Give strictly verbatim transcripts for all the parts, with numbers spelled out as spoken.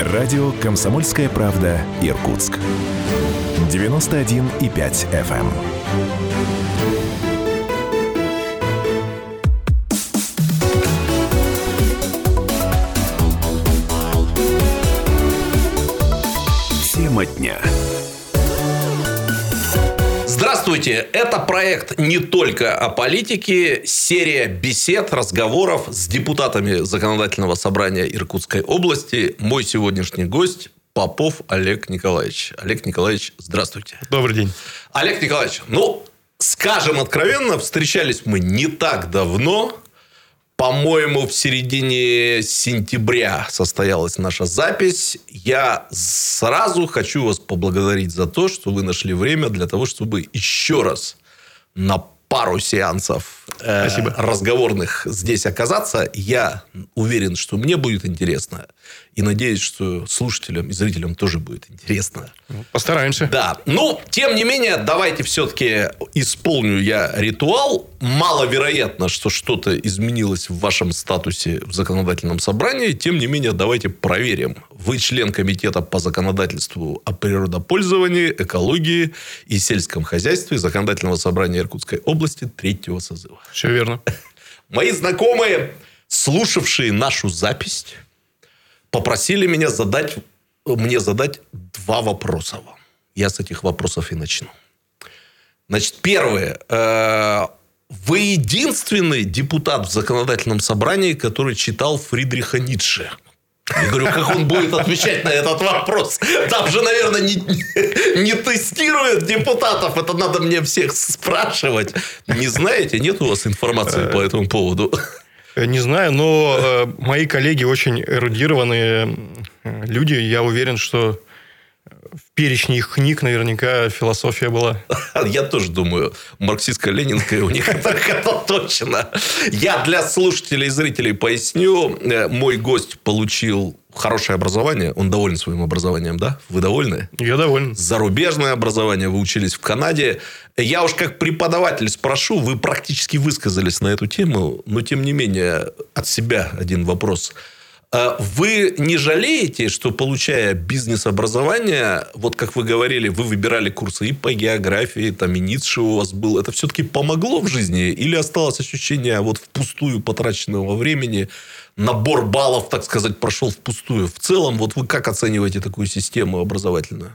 Радио «Комсомольская правда» Иркутск. девяносто один и пять эф эм. Тема дня. Здравствуйте! Это проект не только о политике, серия бесед, разговоров с депутатами Законодательного собрания Иркутской области. Мой сегодняшний гость Попов Олег Николаевич. Олег Николаевич, здравствуйте. Добрый день. Олег Николаевич, ну, скажем откровенно, встречались мы не так давно. По-моему, в середине сентября состоялась наша запись. Я сразу хочу вас поблагодарить за то, что вы нашли время для того, чтобы еще раз на пару сеансов э, разговорных здесь оказаться. Я уверен, что мне будет интересно. И надеюсь, что слушателям и зрителям тоже будет интересно. Постараемся. Да. Но, тем не менее, давайте все-таки исполню я ритуал. Маловероятно, что что-то изменилось в вашем статусе в законодательном собрании. Тем не менее, давайте проверим. Вы член комитета по законодательству о природопользовании, экологии и сельском хозяйстве Законодательного собрания Иркутской области третьего созыва. Все верно. Мои знакомые, слушавшие нашу запись, попросили меня задать, мне задать два вопроса вам. Я с этих вопросов и начну. Значит, первое. Вы единственный депутат в законодательном собрании, который читал Фридриха Ницше. Я говорю, как он будет отвечать на этот вопрос? Там же, наверное, не, не тестируют депутатов. Это надо мне всех спрашивать. Не знаете? Нет у вас информации по этому поводу? Не знаю, но э, мои коллеги очень эрудированные люди. Я уверен, что в перечне их книг наверняка философия была. Я тоже думаю, марксистско-ленинская у них это, это точно. Я для слушателей и зрителей поясню. Мой гость получил хорошее образование. Он доволен своим образованием, да? Вы довольны? Я доволен. Зарубежное образование. Вы учились в Канаде. Я уж как преподаватель спрошу. Вы практически высказались на эту тему. Но, тем не менее, от себя один вопрос. Вы не жалеете, что, получая бизнес-образование, вот как вы говорили, вы выбирали курсы и по географии, там и Ницше у вас был. Это все-таки помогло в жизни? Или осталось ощущение вот впустую потраченного времени, набор баллов, так сказать, прошел впустую? В целом, вот вы как оцениваете такую систему образовательную?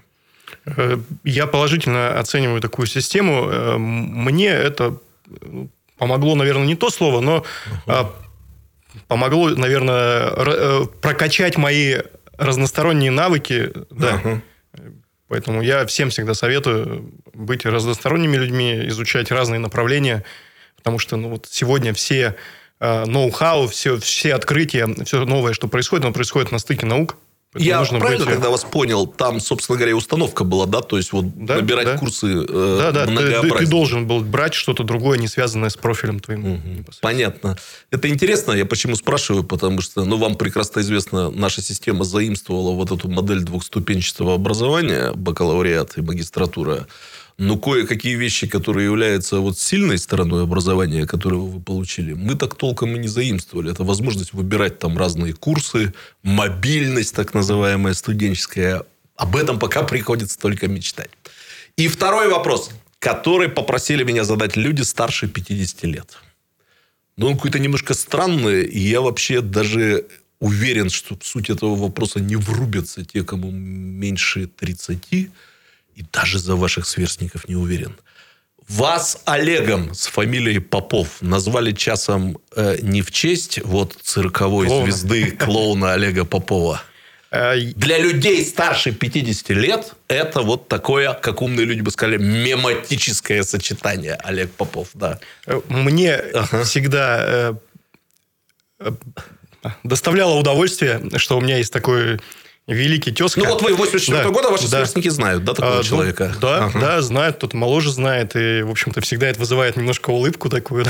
Я положительно оцениваю такую систему. Мне это помогло, наверное, не то слово, но... Uh-huh. Помогло, наверное, прокачать мои разносторонние навыки. Да. Uh-huh. Поэтому я всем всегда советую быть разносторонними людьми, изучать разные направления. Потому что ну, вот сегодня все э, ноу-хау, все, все открытия, все новое, что происходит, оно происходит на стыке наук. Я правильно, быть... когда вас понял, там, собственно говоря, установка была, да? То есть, вот да, набирать да. курсы э, да, да. многообразные. Ты, ты должен был брать что-то другое, не связанное с профилем твоим. Угу. Понятно. Это интересно. Я почему спрашиваю? Потому что, ну, вам прекрасно известно, наша система заимствовала вот эту модель двухступенчатого образования, бакалавриат и магистратура. Но кое-какие вещи, которые являются вот сильной стороной образования, которое вы получили, мы так толком и не заимствовали. Это возможность выбирать там разные курсы, мобильность так называемая студенческая. Об этом пока приходится только мечтать. И второй вопрос, который попросили меня задать люди старше пятидесяти лет. Но он какой-то немножко странный, и я вообще даже уверен, что в суть этого вопроса не врубятся те, кому меньше тридцати. И даже за ваших сверстников не уверен. Вас Олегом с фамилией Попов назвали часом э, не в честь вот цирковой клоуна. Звезды клоуна Олега Попова. Для людей старше пятидесяти лет это вот такое, как умные люди бы сказали, мематическое сочетание. Олег Попов, да. Мне ага. всегда э, доставляло удовольствие, что у меня есть такой... Великий тезка. Ну, вот вы восемьдесят четвёртого да, года, ваши да. сверстники знают, да, такого а, человека? Ну, да, ага. да, знают, кто-то моложе знает. И, в общем-то, всегда это вызывает немножко улыбку такую.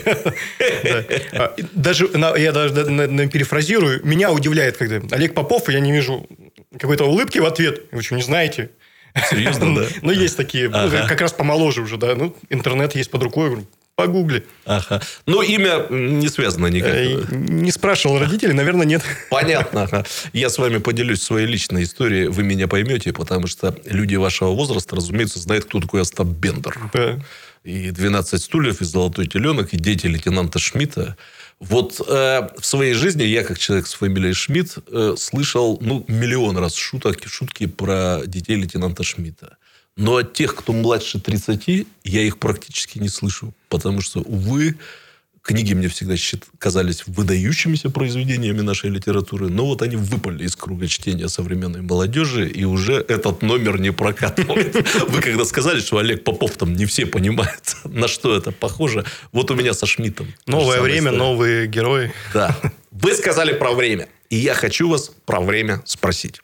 Даже, я даже перефразирую, меня удивляет, когда Олег Попов, и я не вижу какой-то улыбки в ответ. Вы что, не знаете? Серьезно, да? Ну, есть такие, как раз помоложе уже, да. Ну, интернет есть под рукой. Погугли. Ага. Ну, имя не связано никак. Не спрашивал родителей, наверное, нет. Понятно. Ага. Я с вами поделюсь своей личной историей. Вы меня поймете, потому что люди вашего возраста, разумеется, знают, кто такой Остап Бендер. Да. И «двенадцать стульев», и «Золотой теленок», и «Дети лейтенанта Шмидта». Вот э, в своей жизни я, как человек с фамилией Шмидт, э, слышал ну, миллион раз шуток, шутки про детей лейтенанта Шмидта. Но от тех, кто младше тридцати, я их практически не слышу. Потому что, увы, книги мне всегда казались выдающимися произведениями нашей литературы. Но вот они выпали из круга чтения современной молодежи. И уже этот номер не прокатывает. Вы когда сказали, что Олег Попов там не все понимают, на что это похоже. Вот у меня со Шмидтом. Новое время, новые герои. Да. Вы сказали про время. И я хочу вас про время спросить.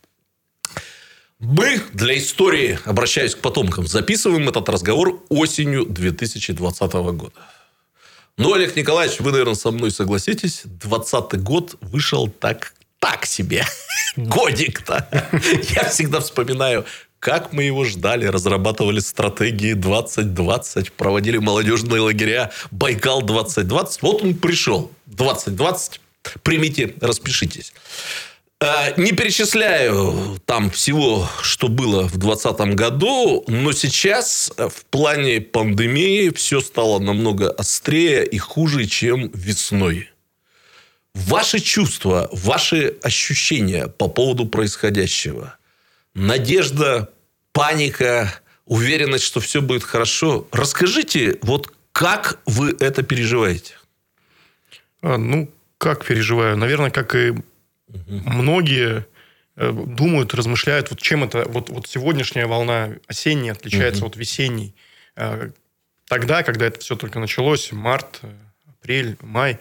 Мы для истории, обращаюсь к потомкам, записываем этот разговор осенью две тысячи двадцатого года. Ну, Олег Николаевич, вы, наверное, со мной согласитесь, двадцатый год вышел так, так себе. Годик-то. Я всегда вспоминаю, как мы его ждали, разрабатывали стратегии двадцать двадцать, проводили молодежные лагеря Байкал двадцать двадцать. Вот он пришел. двадцать двадцать. Примите, распишитесь. Не перечисляю там всего, что было в двадцатом году, но сейчас в плане пандемии все стало намного острее и хуже, чем весной. Ваши чувства, ваши ощущения по поводу происходящего? Надежда, паника, уверенность, что все будет хорошо. Расскажите, вот как вы это переживаете? А, ну, как переживаю? Наверное, как и многие думают, размышляют, вот чем это, вот, вот сегодняшняя волна осенняя отличается uh-huh. от весенней. Тогда, когда это все только началось, март, апрель, май,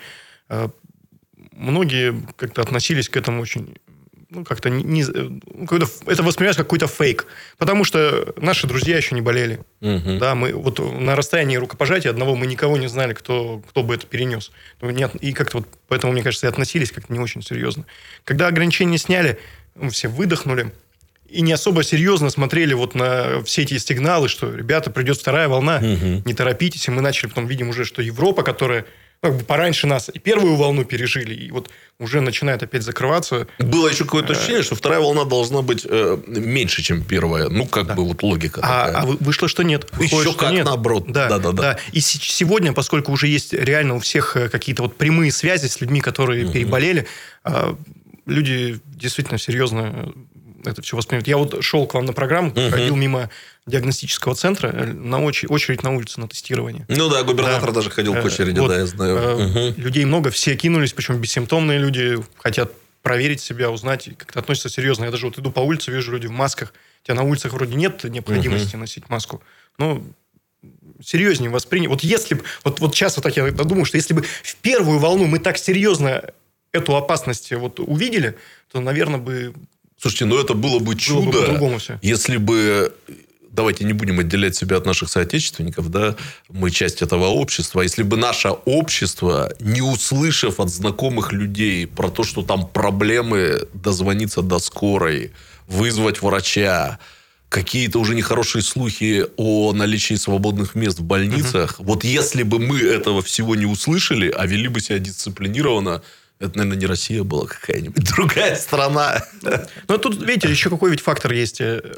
многие как-то относились к этому очень, ну, как-то не, это воспринималось как какой-то фейк, потому что наши друзья еще не болели. Uh-huh. Да, мы вот на расстоянии рукопожатия одного мы никого не знали, кто, кто бы это перенес. И как-то вот поэтому, мне кажется, и относились как-то не очень серьезно. Когда ограничения сняли, мы все выдохнули и не особо серьезно смотрели вот на все эти сигналы, что, ребята, придет вторая волна, uh-huh. не торопитесь. И мы начали, потом видим уже, что Европа, которая как бы пораньше нас и первую волну пережили, и вот уже начинает опять закрываться. Было еще какое-то ощущение, что вторая волна должна быть э, меньше, чем первая. Ну, как да. бы вот логика а, такая. А вышло, что нет. Еще Выходит, как нет. наоборот. Да, да, да, да. И с- сегодня, поскольку уже есть реально у всех какие-то вот прямые связи с людьми, которые угу. переболели, э, люди действительно серьезно это все воспринимают. Я вот шел к вам на программу, угу. ходил мимо диагностического центра, на очередь, очередь на улице на тестирование. Ну да, губернатор да. даже ходил к очереди, вот, да, я знаю. Угу. Людей много, все кинулись, причем бессимптомные люди, хотят проверить себя, узнать, как-то относятся серьезно. Я даже вот иду по улице, вижу люди в масках. Хотя на улицах вроде нет необходимости угу. носить маску. Но серьезнее восприняли. Вот если бы, вот, вот сейчас вот так я думаю, что если бы в первую волну мы так серьезно эту опасность вот увидели, то, наверное, бы... Слушайте, ну это было бы чудо, было бы по-другому все. Если бы... Давайте не будем отделять себя от наших соотечественников, да, мы часть этого общества. Если бы наше общество, не услышав от знакомых людей про то, что там проблемы, дозвониться до скорой, вызвать врача, какие-то уже нехорошие слухи о наличии свободных мест в больницах, uh-huh. вот если бы мы этого всего не услышали, а вели бы себя дисциплинированно, это, наверное, не Россия была, какая-нибудь другая страна. Но тут, видите, еще какой ведь фактор есть.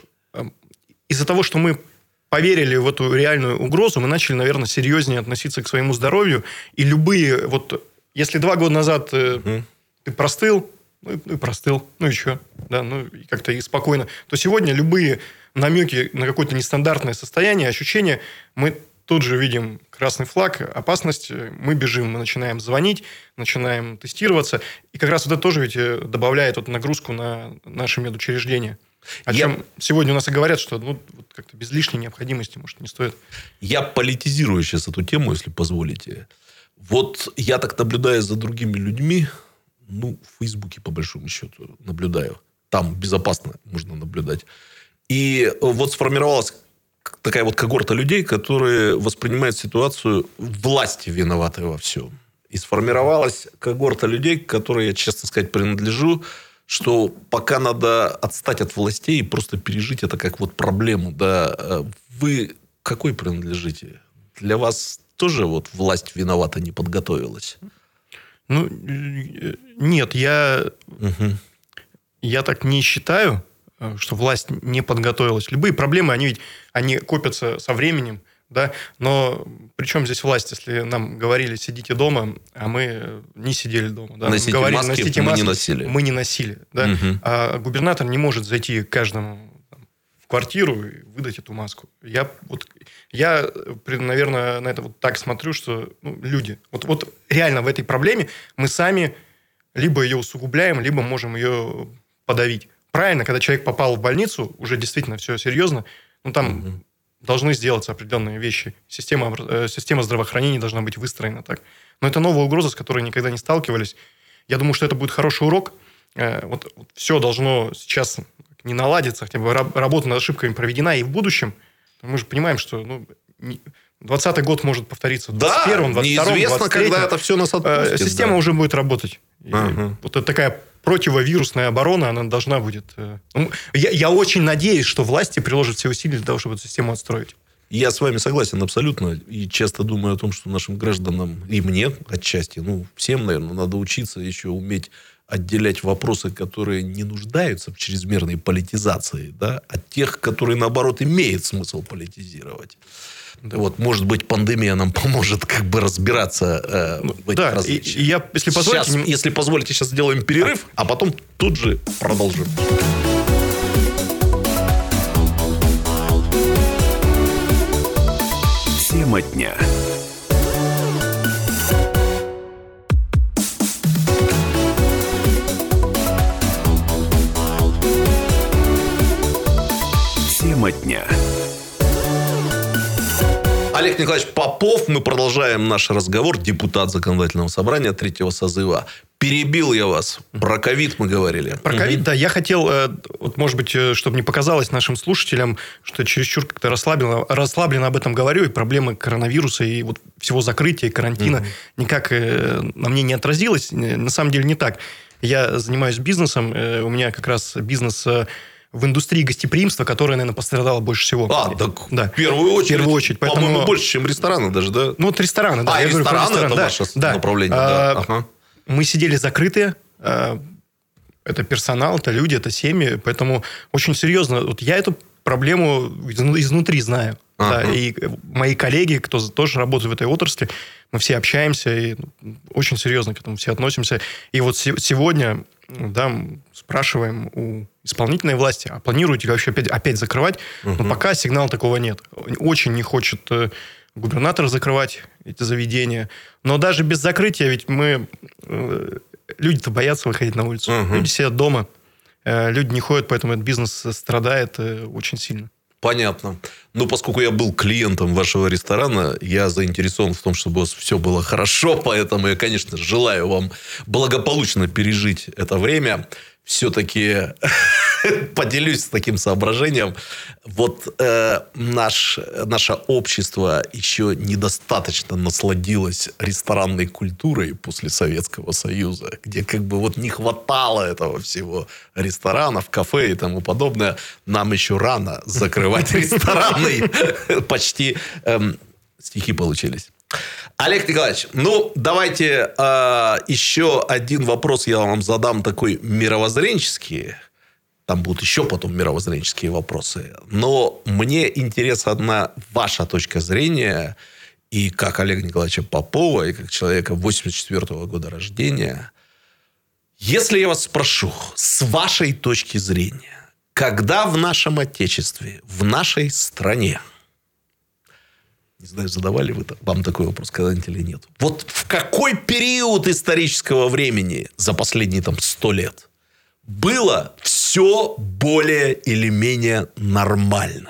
Из-за того, что мы поверили в эту реальную угрозу, мы начали, наверное, серьезнее относиться к своему здоровью. И любые... Вот, если два года назад mm. ты простыл, ну и простыл, ну и что? Да, ну и как-то и спокойно. То сегодня любые намеки на какое-то нестандартное состояние, ощущение, мы тут же видим красный флаг, опасность, мы бежим, мы начинаем звонить, начинаем тестироваться. И как раз вот это тоже ведь добавляет вот нагрузку на наши медучреждения. О я... чем сегодня у нас и говорят, что ну, вот как-то без лишней необходимости, может, не стоит. Я политизирую сейчас эту тему, если позволите. Вот я так наблюдаю за другими людьми, ну, в Фейсбуке, по большому счету, наблюдаю. Там безопасно можно наблюдать. И вот сформировалась такая вот когорта людей, которые воспринимают ситуацию власти виноваты во всем. И сформировалась когорта людей, к которой я, честно сказать, принадлежу, что пока надо отстать от властей и просто пережить это как вот проблему. Да. Вы какой принадлежите? Для вас тоже вот власть виновата, не подготовилась? Ну, нет, я, угу. я так не считаю, что власть не подготовилась. Любые проблемы, они ведь они копятся со временем, да, но при чем здесь власть, если нам говорили, сидите дома, а мы не сидели дома. Да? Носите говорили, маски, носите мы маски, не носили. Мы не носили, да. Угу. А губернатор не может зайти к каждому в квартиру и выдать эту маску. Я, вот, я наверное, на это вот так смотрю, что ну, люди... Вот, вот реально в этой проблеме мы сами либо ее усугубляем, либо можем ее подавить. Правильно, когда человек попал в больницу, уже действительно все серьезно, ну, там угу. должны сделаться определенные вещи. Система, э, система здравоохранения должна быть выстроена так. Но это новая угроза, с которой никогда не сталкивались. Я думаю, что это будет хороший урок. Э, вот, вот все должно сейчас не наладиться, хотя бы работа над ошибками проведена, и в будущем мы же понимаем, что ну, двадцатый год может повториться в двадцать первом, двадцать втором, неизвестно, когда это все нас отпустит. Система да. уже будет работать. Ага. Вот это такая противовирусная оборона, она должна будет... Я, я очень надеюсь, что власти приложат все усилия для того, чтобы эту систему отстроить. Я с вами согласен абсолютно. И часто думаю о том, что нашим гражданам, и мне отчасти, ну, всем, наверное, надо учиться еще уметь отделять вопросы, которые не нуждаются в чрезмерной политизации, да, от тех, которые, наоборот, имеет смысл политизировать. Да. Вот, может быть, пандемия нам поможет как бы разбираться э, в этих да, различиях. И, и я, если, позволите... сейчас, если позволите, сейчас сделаем перерыв, а потом тут же продолжим. Тема дня. Тема дня. Олег Николаевич Попов. Мы продолжаем наш разговор. Депутат Законодательного собрания третьего созыва. Перебил я вас. Про ковид мы говорили. Про ковид, угу. да. Я хотел, вот, может быть, чтобы не показалось нашим слушателям, что я чересчур как-то расслабленно, расслабленно об этом говорю, и проблемы коронавируса, и вот всего закрытия, карантина угу. никак на мне не отразилось. На самом деле не так. Я занимаюсь бизнесом. У меня как раз бизнес... в индустрии гостеприимства, которая, наверное, пострадала больше всего. А, так да. в первую очередь. В первую очередь. Поэтому... По-моему, больше, чем рестораны даже, да? Ну, вот рестораны, да. А, я рестораны говорю, это да. ваше да. направление, а, да. Ага. Мы сидели закрытые. Это персонал, это люди, это семьи. Поэтому очень серьезно. Вот я эту проблему изнутри знаю. Ага. Да, и мои коллеги, кто тоже работает в этой отрасли, мы все общаемся и очень серьезно к этому все относимся. И вот сегодня... Да, спрашиваем у исполнительной власти, а планируете ли вообще опять, опять закрывать? Uh-huh. Но пока сигнала такого нет. Очень не хочет э, губернатор закрывать эти заведения. Но даже без закрытия, ведь мы... Э, люди-то боятся выходить на улицу. Uh-huh. Люди сидят дома. Э, люди не ходят, поэтому этот бизнес страдает э, очень сильно. Понятно. Ну, поскольку я был клиентом вашего ресторана, я заинтересован в том, чтобы у вас все было хорошо. Поэтому я, конечно, желаю вам благополучно пережить это время. Все-таки поделюсь с таким соображением. Вот э, наш, наше общество еще недостаточно насладилось ресторанной культурой после Советского Союза, где как бы вот не хватало этого всего. Ресторанов, кафе и тому подобное. Нам еще рано закрывать рестораны. Почти эм, стихи получились. Олег Николаевич, ну, давайте э, еще один вопрос я вам задам такой мировоззренческий. Там будут еще потом мировоззренческие вопросы. Но мне интересна одна ваша точка зрения. И как Олега Николаевича Попова, и как человека восемьдесят четвёртого года рождения. Если я вас спрошу, с вашей точки зрения, когда в нашем Отечестве, в нашей стране, не знаю, задавали вы вам такой вопрос когда-нибудь или нет. Вот в какой период исторического времени за последние там сто лет было все более или менее нормально?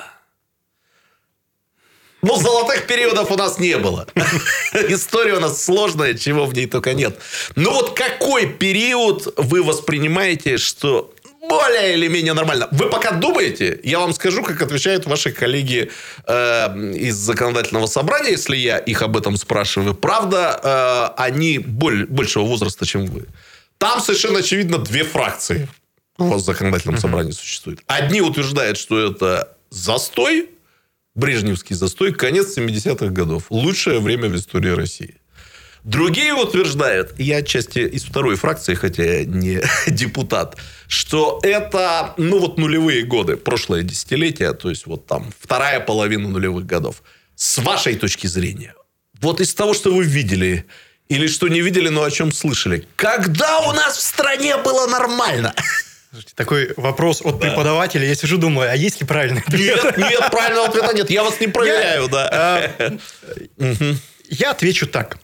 Ну, золотых периодов у нас не было. История у нас сложная, чего в ней только нет. Но вот какой период вы воспринимаете, что... более или менее нормально. Вы пока думаете, я вам скажу, как отвечают ваши коллеги э, из Законодательного собрания, если я их об этом спрашиваю. Правда, э, они боль, большего возраста, чем вы. Там совершенно очевидно две фракции у вас в Законодательном собрании существует. Одни утверждают, что это застой, Брежневский застой, конец семидесятых годов. Лучшее время в истории России. Другие утверждают, я отчасти из второй фракции, хотя я не депутат, что это, ну, вот нулевые годы, прошлое десятилетие, то есть, вот там вторая половина нулевых годов. С вашей точки зрения, вот из того, что вы видели, или что не видели, но о чем слышали, когда у нас в стране было нормально? Такой вопрос от да. преподавателя. Я сижу, думаю, а есть ли правильный ответ? Нет, нет, правильного ответа нет. Я вас не проверяю, да. Я отвечу так.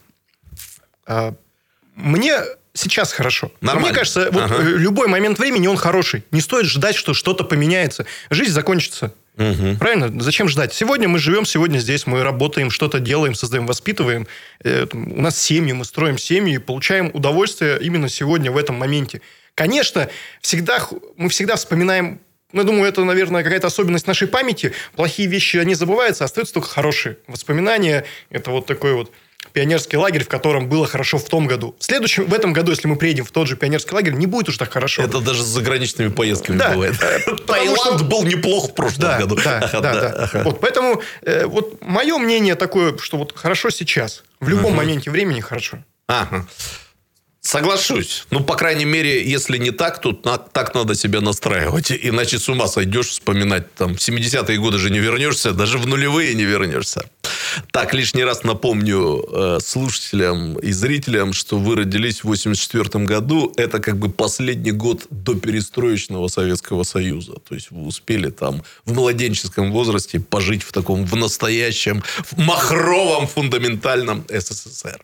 Мне сейчас хорошо. Нормально. Мне кажется, вот ага. любой момент времени, он хороший. Не стоит ждать, что что-то поменяется. Жизнь закончится. Угу. Правильно? Зачем ждать? Сегодня мы живем, сегодня здесь. Мы работаем, что-то делаем, создаем, воспитываем. У нас семьи, мы строим семьи. Получаем удовольствие именно сегодня, в этом моменте. Конечно, всегда, мы всегда вспоминаем... Ну, я думаю, это, наверное, какая-то особенность нашей памяти. Плохие вещи, они забываются, остаются только хорошие воспоминания. Это вот такой вот пионерский лагерь, в котором было хорошо в том году. В следующем, в этом году, если мы приедем в тот же пионерский лагерь, не будет уж так хорошо. Это даже с заграничными поездками да. бывает. Таиланд что... был неплох в прошлом да, году. Да, да, да. да. Ага. Вот, поэтому э, вот мое мнение такое, что вот хорошо сейчас. В любом ага. моменте времени хорошо. Ага. Соглашусь. Ну, по крайней мере, если не так, то так надо себя настраивать. Иначе с ума сойдешь вспоминать. Там, в семидесятые годы же не вернешься, даже в нулевые не вернешься. Так, лишний раз напомню э, слушателям и зрителям, что вы родились в восемьдесят четвёртом году. Это как бы последний год до перестроечного Советского Союза. То есть, вы успели там в младенческом возрасте пожить в таком, в настоящем, в махровом, фундаментальном СССР.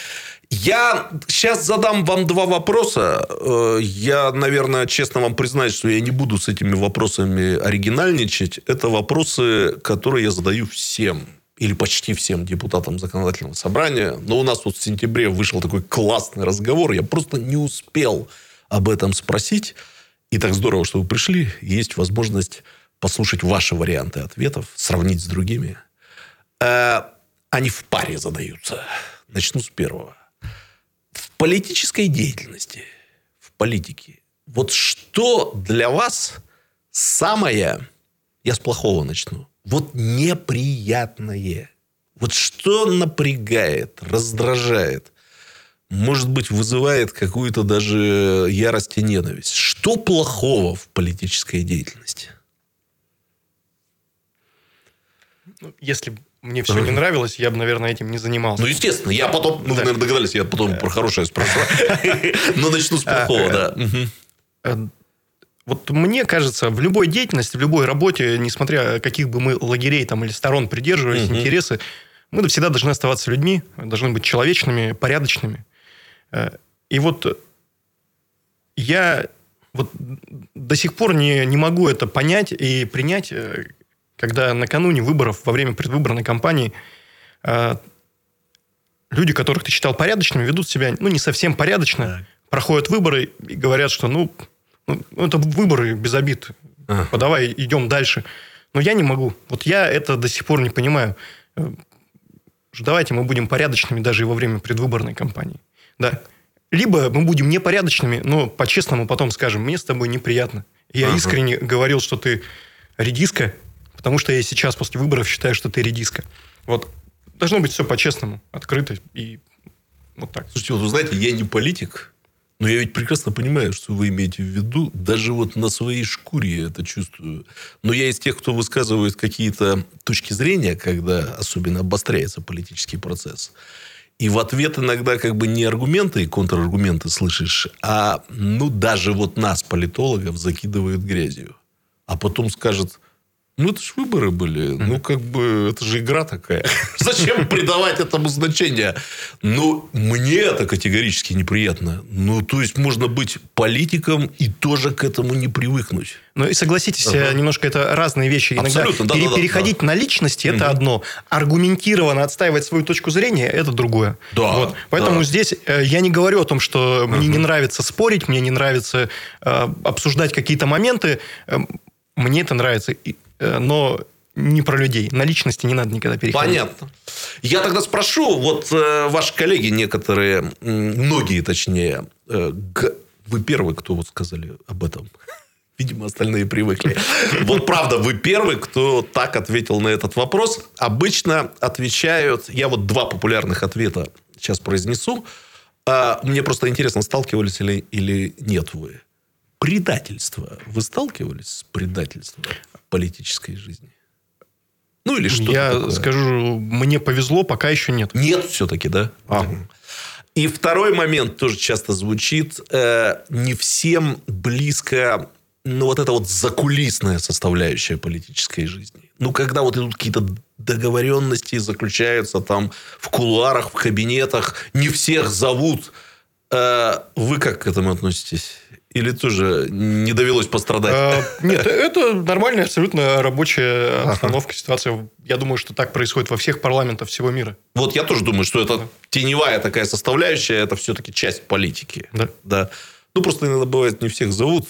Я сейчас задам вам два вопроса. Я, наверное, честно вам признаюсь, что я не буду с этими вопросами оригинальничать. Это вопросы, которые я задаю всем или почти всем депутатам законодательного собрания. Но у нас вот в сентябре вышел такой классный разговор. Я просто не успел об этом спросить. И так здорово, что вы пришли. Есть возможность послушать ваши варианты ответов, сравнить с другими. Они в паре задаются. Начну с первого. В политической деятельности, в политике, вот что для вас самое, я с плохого начну, вот неприятное, вот что напрягает, раздражает, может быть, вызывает какую-то даже ярость и ненависть. Что плохого в политической деятельности? Если мне все не нравилось, я бы, наверное, этим не занимался. Ну, естественно. Я потом, ну, да. вы, наверное, догадались, я потом про хорошее спрошу. Но начну с плохого, да. Вот мне кажется, в любой деятельности, в любой работе, несмотря каких бы мы лагерей там, или сторон придерживались, интересы, мы всегда должны оставаться людьми, должны быть человечными, порядочными. И вот я вот до сих пор не, не могу это понять и принять, когда накануне выборов, во время предвыборной кампании, э, люди, которых ты считал порядочными, ведут себя ну, не совсем порядочно, так. проходят выборы и говорят, что ну, ну это выборы без обид, а. подавай, идем дальше. Но я не могу. Вот я это до сих пор не понимаю. Давайте мы будем порядочными даже и во время предвыборной кампании. Да. Либо мы будем непорядочными, но по-честному потом скажем, мне с тобой неприятно. Я ага. искренне говорил, что ты редиска, потому что я сейчас после выборов считаю, что ты редиска. Вот. Должно быть все по-честному, открыто и вот так. Слушайте, вот вы знаете, я не политик, но я ведь прекрасно понимаю, что вы имеете в виду. Даже вот на своей шкуре я это чувствую. Но я из тех, кто высказывает какие-то точки зрения, когда особенно обостряется политический процесс. И в ответ иногда как бы не аргументы и контраргументы слышишь, а ну даже вот нас, политологов, закидывают грязью. А потом скажет... Ну, это же выборы были. Mm-hmm. Ну, как бы, это же игра такая. Зачем придавать этому значение? Ну, мне это категорически неприятно. Ну, то есть, можно быть политиком и тоже к этому не привыкнуть. Ну, и согласитесь, ага. немножко это разные вещи. Иногда да, пере- да, переходить да. на личности – это mm-hmm. одно. Аргументированно отстаивать свою точку зрения – это другое. Да, вот. Поэтому да. здесь э, я не говорю о том, что uh-huh. мне не нравится спорить, мне не нравится э, обсуждать какие-то моменты. Э, мне это нравится. Но не про людей. На личности не надо никогда переходить. Понятно. Я тогда спрошу, вот э, ваши коллеги некоторые, многие точнее, э, г... вы первые, кто вот сказали об этом. Видимо, остальные привыкли. Вот правда, вы первый, кто так ответил на этот вопрос. Обычно отвечают... Я вот два популярных ответа сейчас произнесу. Мне просто интересно, сталкивались ли или нет вы. Предательство. Вы сталкивались с предательством в политической жизни? Ну, или что-то Я такое? скажу, мне повезло, пока еще нет. Нет все-таки, да? Ага. И второй момент тоже часто звучит. Э, не всем близко, ну, вот эта вот закулисная составляющая политической жизни. Ну, когда вот идут какие-то договоренности, заключаются там в кулуарах, в кабинетах, не всех зовут. Э, вы как к этому относитесь? Или тоже не довелось пострадать? А, нет, это нормальная, абсолютно рабочая обстановка, ситуация. Я думаю, что так происходит во всех парламентах всего мира. Вот я тоже думаю, что это да. теневая такая составляющая, это все-таки часть политики. Да. Да. Ну, просто иногда бывает, не всех зовут.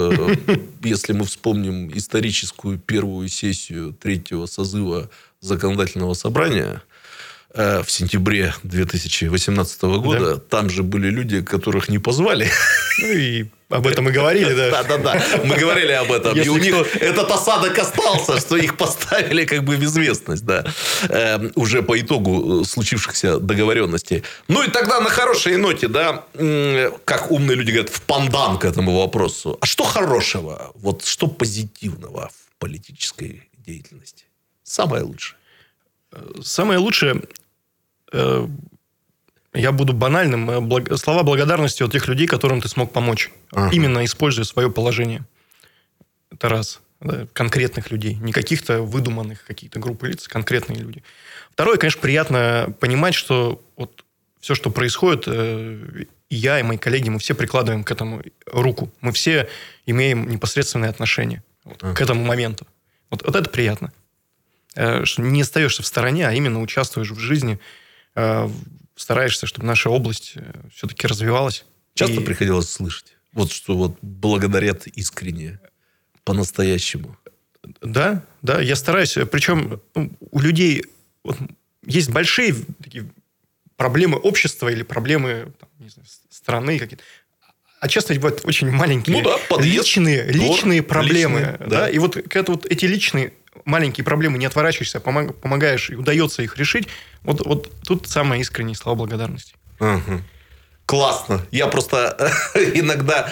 Если мы вспомним историческую первую сессию третьего созыва законодательного собрания в сентябре две тысячи восемнадцатого года, да. там же были люди, которых не позвали. Ну, и об этом мы говорили, да. Да-да-да, мы говорили об этом. Если и у кто... них этот осадок остался, что их поставили как бы в известность, да. Э, уже по итогу случившихся договоренностей. Ну, и тогда на хорошей ноте, да, э, как умные люди говорят, в пандан к этому вопросу. А что хорошего, вот что позитивного в политической деятельности? Самое лучшее. Самое лучшее... Э... Я буду банальным. Благ... Слова благодарности от тех людей, которым ты смог помочь. Ага. Именно используя свое положение. Это раз. Да, конкретных людей. Не каких-то выдуманных каких-то группы лиц. Конкретные люди. Второе, конечно, приятно понимать, что вот все, что происходит, э, и я, и мои коллеги, мы все прикладываем к этому руку. Мы все имеем непосредственное отношение вот, ага. к этому моменту. Вот, вот это приятно. Э, что не остаешься в стороне, а именно участвуешь в жизни, э, стараешься, чтобы наша область все-таки развивалась. Часто и... приходилось слышать, вот что вот благодарят искренне, по-настоящему. Да, да, я стараюсь. Причем ну, у людей вот, есть большие такие проблемы общества или проблемы там, не знаю, страны какие-то. А часто бывают очень маленькие, ну, да, подъезд, личные, двор, личные проблемы. Личные, да. Да? И вот когда вот эти личные маленькие проблемы, не отворачиваешься, помог, помогаешь, и удается их решить, вот, вот тут самые искренние слова благодарности. Угу. Классно. Я просто иногда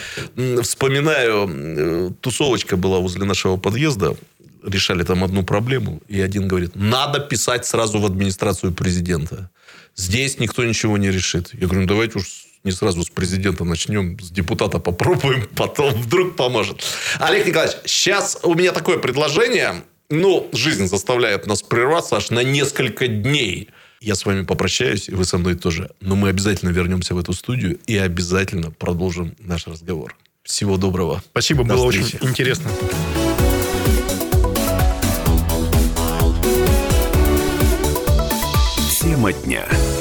вспоминаю, тусовочка была возле нашего подъезда, решали там одну проблему, и один говорит, надо писать сразу в администрацию президента. Здесь никто ничего не решит. Я говорю, ну давайте уж не сразу с президента начнем, с депутата попробуем, потом вдруг поможет. Олег Николаевич, сейчас у меня такое предложение. Ну, жизнь заставляет нас прерваться аж на несколько дней. Я с вами попрощаюсь, и вы со мной тоже. Но мы обязательно вернемся в эту студию и обязательно продолжим наш разговор. Всего доброго. Спасибо, До было встречи. Очень интересно. Тема дня.